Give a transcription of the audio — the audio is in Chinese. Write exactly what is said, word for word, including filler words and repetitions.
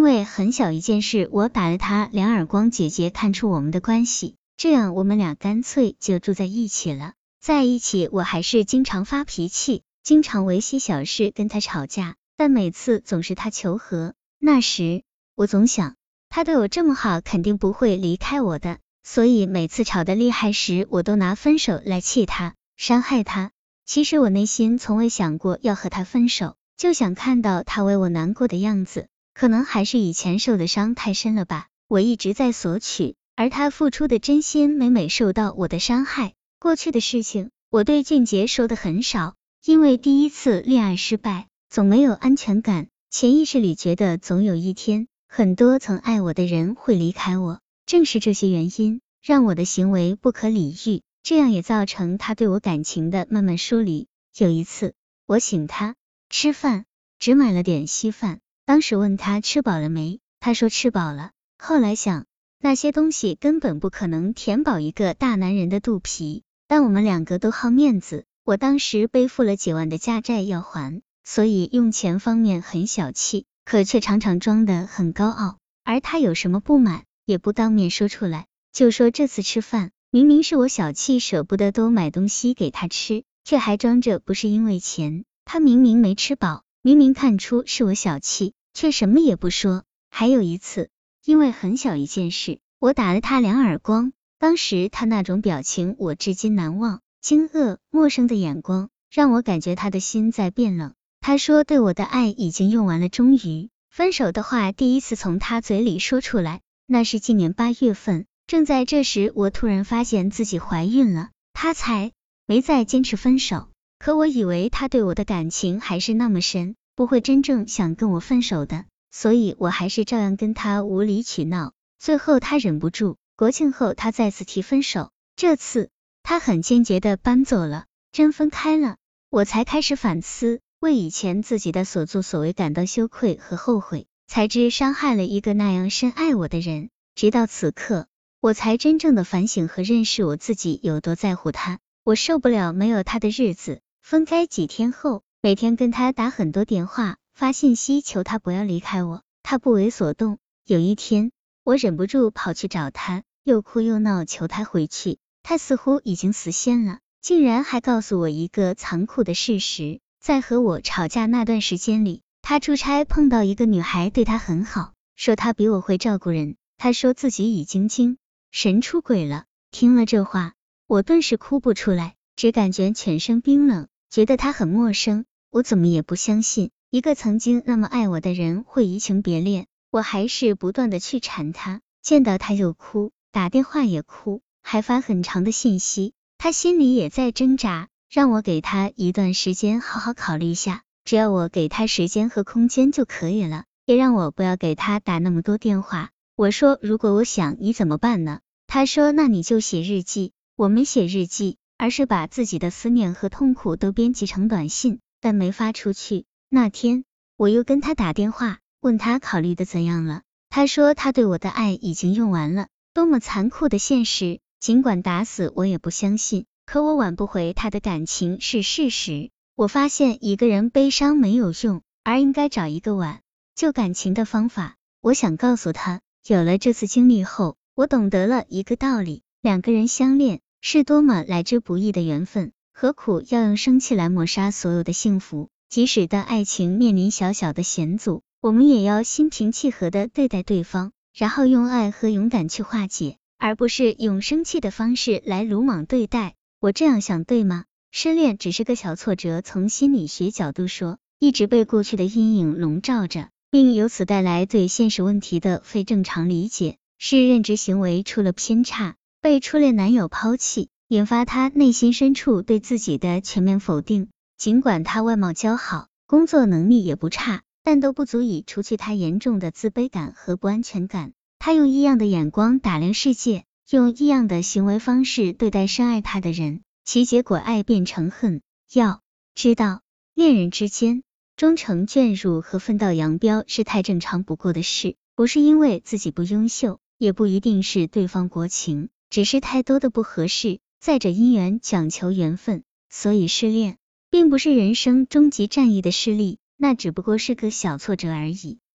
因为很小一件事，我打了他两耳光，姐姐看出我们的关系，这样我们俩干脆就住在一起了。在一起我还是经常发脾气，经常为些小事跟他吵架，但每次总是他求和。那时我总想，他对我这么好，肯定不会离开我的，所以每次吵得厉害时，我都拿分手来气他，伤害他。其实我内心从未想过要和他分手，就想看到他为我难过的样子。可能还是以前受的伤太深了吧，我一直在索取，而他付出的真心每每受到我的伤害。过去的事情我对俊杰说的很少，因为第一次恋爱失败，总没有安全感，潜意识里觉得总有一天很多曾爱我的人会离开我。正是这些原因让我的行为不可理喻，这样也造成他对我感情的慢慢疏离。有一次我请他吃饭，只买了点稀饭，当时问他吃饱了没，他说吃饱了。后来想，那些东西根本不可能填饱一个大男人的肚皮，但我们两个都好面子，我当时背负了几万的家债要还，所以用钱方面很小气，可却常常装得很高傲。而他有什么不满也不当面说出来，就说这次吃饭明明是我小气，舍不得多买东西给他吃，却还装着不是因为钱。他明明没吃饱，明明看出是我小气，却什么也不说。还有一次，因为很小一件事，我打了他两耳光，当时他那种表情我至今难忘，惊愕陌生的眼光让我感觉他的心在变冷。他说对我的爱已经用完了，终于分手的话第一次从他嘴里说出来，那是今年八月份。正在这时，我突然发现自己怀孕了，他才没再坚持分手。可我以为他对我的感情还是那么深，不会真正想跟我分手的，所以我还是照样跟他无理取闹。最后他忍不住，国庆后他再次提分手，这次他很坚决的搬走了，真分开了。我才开始反思，为以前自己的所作所为感到羞愧和后悔，才知伤害了一个那样深爱我的人。直到此刻，我才真正的反省和认识我自己有多在乎他。我受不了没有他的日子。分开几天后，每天跟他打很多电话，发信息求他不要离开我，他不为所动。有一天，我忍不住跑去找他，又哭又闹求他回去，他似乎已经死心了，竟然还告诉我一个残酷的事实，在和我吵架那段时间里，他出差碰到一个女孩对他很好，说他比我会照顾人，他说自己已经精神出轨了。听了这话，我顿时哭不出来，只感觉全身冰冷，觉得他很陌生。我怎么也不相信一个曾经那么爱我的人会移情别恋，我还是不断的去缠他，见到他又哭，打电话也哭，还发很长的信息。他心里也在挣扎，让我给他一段时间好好考虑一下，只要我给他时间和空间就可以了，也让我不要给他打那么多电话。我说如果我想你怎么办呢？他说那你就写日记。我没写日记，而是把自己的思念和痛苦都编辑成短信，但没发出去。那天我又跟他打电话，问他考虑的怎样了，他说他对我的爱已经用完了。多么残酷的现实，尽管打死我也不相信，可我挽不回他的感情是事实。我发现一个人悲伤没有用，而应该找一个挽救感情的方法。我想告诉他，有了这次经历后，我懂得了一个道理，两个人相恋是多么来之不易的缘分，何苦要用生气来抹杀所有的幸福？即使的爱情面临小小的险阻，我们也要心平气和的对待对方，然后用爱和勇敢去化解，而不是用生气的方式来鲁莽对待。我这样想对吗？失恋只是个小挫折，从心理学角度说，一直被过去的阴影笼罩着，并由此带来对现实问题的非正常理解，是认知行为出了偏差。被初恋男友抛弃，引发他内心深处对自己的全面否定。尽管他外貌姣好，工作能力也不差，但都不足以除去他严重的自卑感和不安全感。他用异样的眼光打量世界，用异样的行为方式对待深爱他的人，其结果爱变成恨。要知道，恋人之间终成眷属和分道扬镳是太正常不过的事，不是因为自己不优秀，也不一定是对方薄情，只是太多的不合适。再者，姻缘讲求缘分，所以失恋并不是人生终极战役的失利，那只不过是个小挫折而已。